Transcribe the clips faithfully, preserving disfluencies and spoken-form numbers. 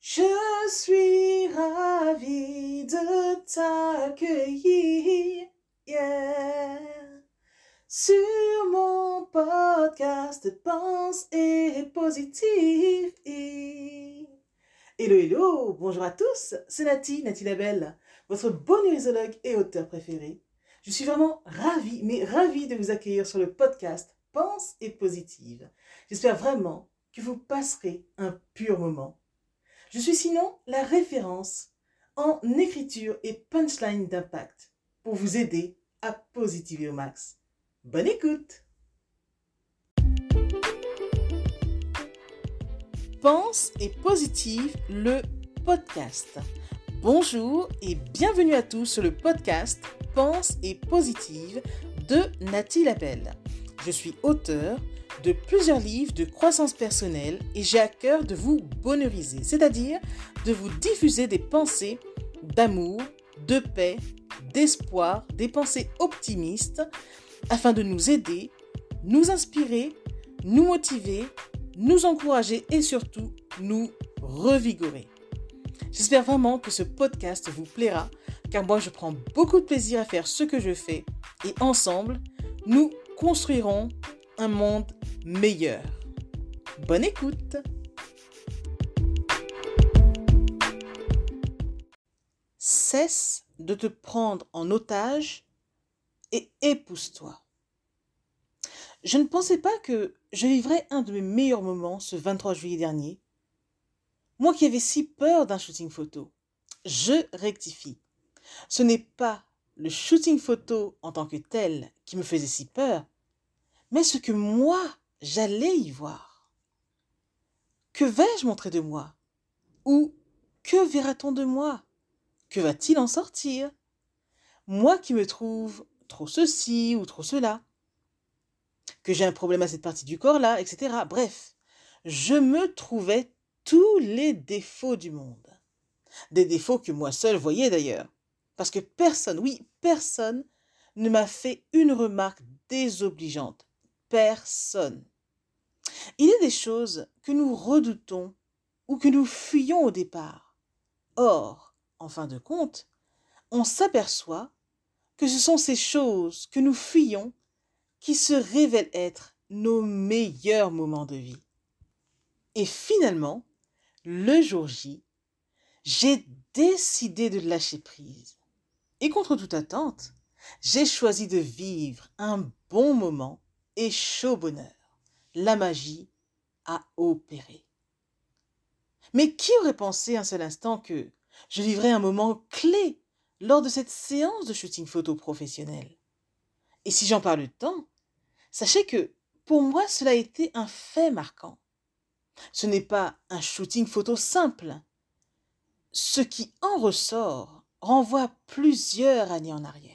Je suis ravie de t'accueillir, yeah, sur mon podcast Pense et Positive. Hello, hello, bonjour à tous, c'est Nati, Nati Labelle, votre bonheurisologue et auteur préféré. Je suis vraiment ravie, mais ravie de vous accueillir sur le podcast Pense et Positive. J'espère vraiment que vous passerez un pur moment. Je suis sinon la référence en écriture et punchline d'impact pour vous aider à positiver au max. Bonne écoute! Pense et Positive, le podcast. Bonjour et bienvenue à tous sur le podcast Pense et Positive de Nati Labelle. Je suis auteur de plusieurs livres de croissance personnelle et j'ai à cœur de vous bonheuriser, c'est-à-dire de vous diffuser des pensées d'amour, de paix, d'espoir, des pensées optimistes afin de nous aider, nous inspirer, nous motiver, nous encourager et surtout nous revigorer. J'espère vraiment que ce podcast vous plaira car moi je prends beaucoup de plaisir à faire ce que je fais et ensemble nous construirons un monde meilleur. Bonne écoute! Cesse de te prendre en otage et épouse-toi. Je ne pensais pas que je vivrais un de mes meilleurs moments ce vingt-trois juillet dernier. Moi qui avais si peur d'un shooting photo, je rectifie. Ce n'est pas le shooting photo en tant que tel qui me faisait si peur, mais ce que moi, j'allais y voir. Que vais-je montrer de moi? Ou que verra-t-on de moi? Que va-t-il en sortir? Moi qui me trouve trop ceci ou trop cela, que j'ai un problème à cette partie du corps-là, et cetera. Bref, je me trouvais tous les défauts du monde. Des défauts que moi seul voyais d'ailleurs. Parce que personne, oui, personne ne m'a fait une remarque désobligeante. Personne. Il y a des choses que nous redoutons ou que nous fuyons au départ. Or, en fin de compte, on s'aperçoit que ce sont ces choses que nous fuyons qui se révèlent être nos meilleurs moments de vie. Et finalement, le jour J, j'ai décidé de lâcher prise. Et contre toute attente, j'ai choisi de vivre un bon moment et chaud bonheur. La magie a opéré. Mais qui aurait pensé un seul instant que je vivrais un moment clé lors de cette séance de shooting photo professionnel? Et si j'en parle tant, sachez que pour moi cela a été un fait marquant. Ce n'est pas un shooting photo simple. Ce qui en ressort renvoie plusieurs années en arrière.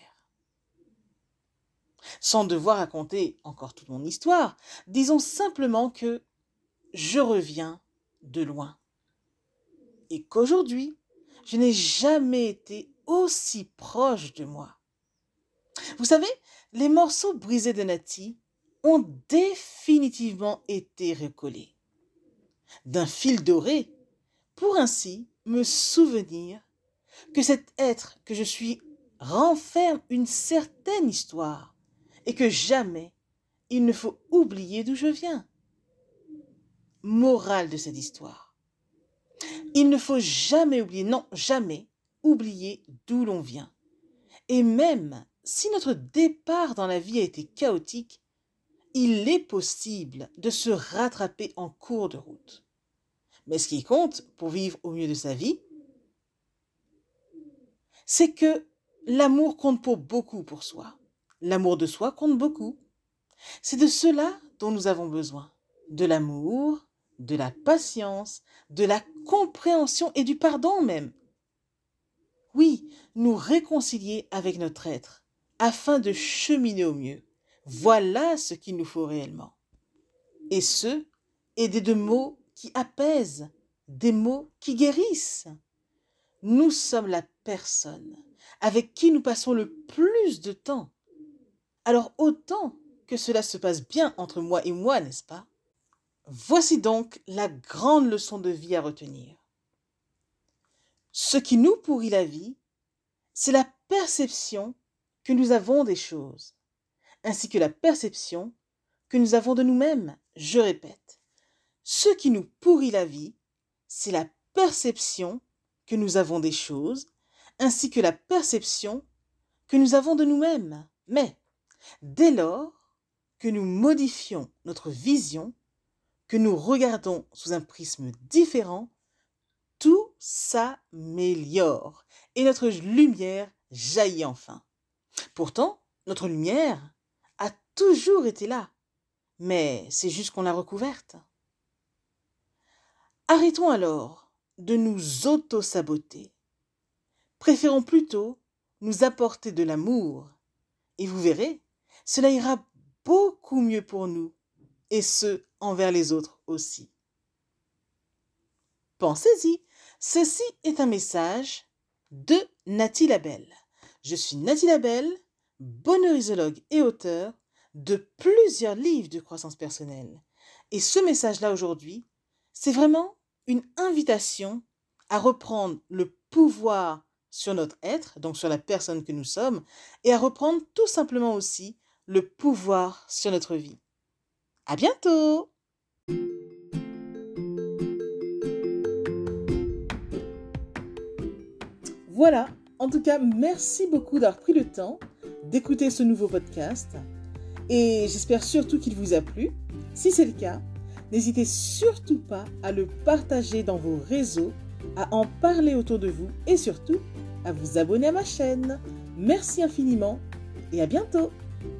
Sans devoir raconter encore toute mon histoire, disons simplement que je reviens de loin. Et qu'aujourd'hui, je n'ai jamais été aussi proche de moi. Vous savez, les morceaux brisés de Nati ont définitivement été recollés. D'un fil doré, pour ainsi me souvenir que cet être que je suis renferme une certaine histoire et que jamais il ne faut oublier d'où je viens. Morale de cette histoire. Il ne faut jamais oublier, non, jamais oublier d'où l'on vient. Et même si notre départ dans la vie a été chaotique, il est possible de se rattraper en cours de route. Mais ce qui compte pour vivre au mieux de sa vie, c'est que l'amour compte pour beaucoup pour soi. L'amour de soi compte beaucoup. C'est de cela dont nous avons besoin. De l'amour, de la patience, de la compréhension et du pardon même. Oui, nous réconcilier avec notre être afin de cheminer au mieux. Voilà ce qu'il nous faut réellement. Et ce, aider de mots qui apaisent, des mots qui guérissent. Nous sommes la personne avec qui nous passons le plus de temps. Alors autant que cela se passe bien entre moi et moi, n'est-ce pas? Voici donc la grande leçon de vie à retenir. Ce qui nous pourrit la vie, c'est la perception que nous avons des choses, ainsi que la perception que nous avons de nous-mêmes. Je répète, ce qui nous pourrit la vie, c'est la perception que nous avons des choses, ainsi que la perception que nous avons de nous-mêmes. Mais dès lors que nous modifions notre vision, que nous regardons sous un prisme différent, tout s'améliore et notre lumière jaillit enfin. Pourtant, notre lumière a toujours été là, mais c'est juste qu'on l'a recouverte. Arrêtons alors de nous auto-saboter. Préférons plutôt nous apporter de l'amour. Et vous verrez, cela ira beaucoup mieux pour nous, et ce, envers les autres aussi. Pensez-y, ceci est un message de Nathy Labelle. Je suis Nathy Labelle, bonheurisologue et auteur de plusieurs livres de croissance personnelle. Et ce message-là aujourd'hui, c'est vraiment une invitation à reprendre le pouvoir sur notre être, donc sur la personne que nous sommes, et à reprendre tout simplement aussi le pouvoir sur notre vie. À bientôt! Voilà, en tout cas, merci beaucoup d'avoir pris le temps d'écouter ce nouveau podcast et j'espère surtout qu'il vous a plu. Si c'est le cas, n'hésitez surtout pas à le partager dans vos réseaux, à en parler autour de vous et surtout à vous abonner à ma chaîne. Merci infiniment et à bientôt.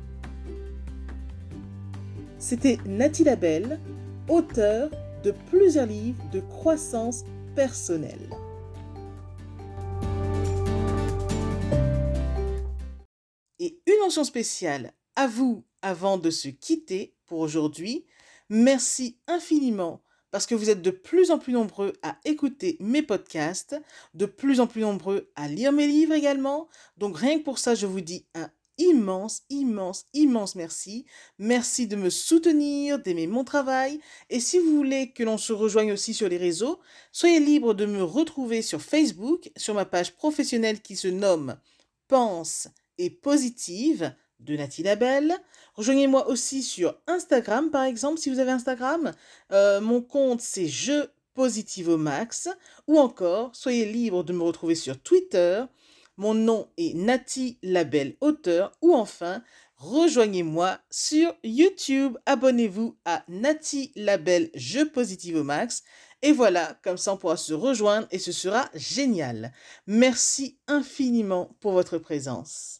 C'était Nathy Labelle, auteure de plusieurs livres de croissance personnelle. Et une mention spéciale à vous avant de se quitter pour aujourd'hui. Merci infiniment parce que vous êtes de plus en plus nombreux à écouter mes podcasts, de plus en plus nombreux à lire mes livres également. Donc rien que pour ça, je vous dis un immense, immense, immense merci. Merci de me soutenir, d'aimer mon travail. Et si vous voulez que l'on se rejoigne aussi sur les réseaux, soyez libre de me retrouver sur Facebook, sur ma page professionnelle qui se nomme Pense et positive de Nathy Labelle. Rejoignez-moi aussi sur Instagram, par exemple, si vous avez Instagram. Euh, mon compte, c'est Je Positive au Max. Ou encore, soyez libre de me retrouver sur Twitter. Mon nom est Nathy Labelle, auteur. Ou enfin, rejoignez-moi sur YouTube. Abonnez-vous à Nathy Labelle, Je Positive au Max. Et voilà, comme ça on pourra se rejoindre et ce sera génial. Merci infiniment pour votre présence.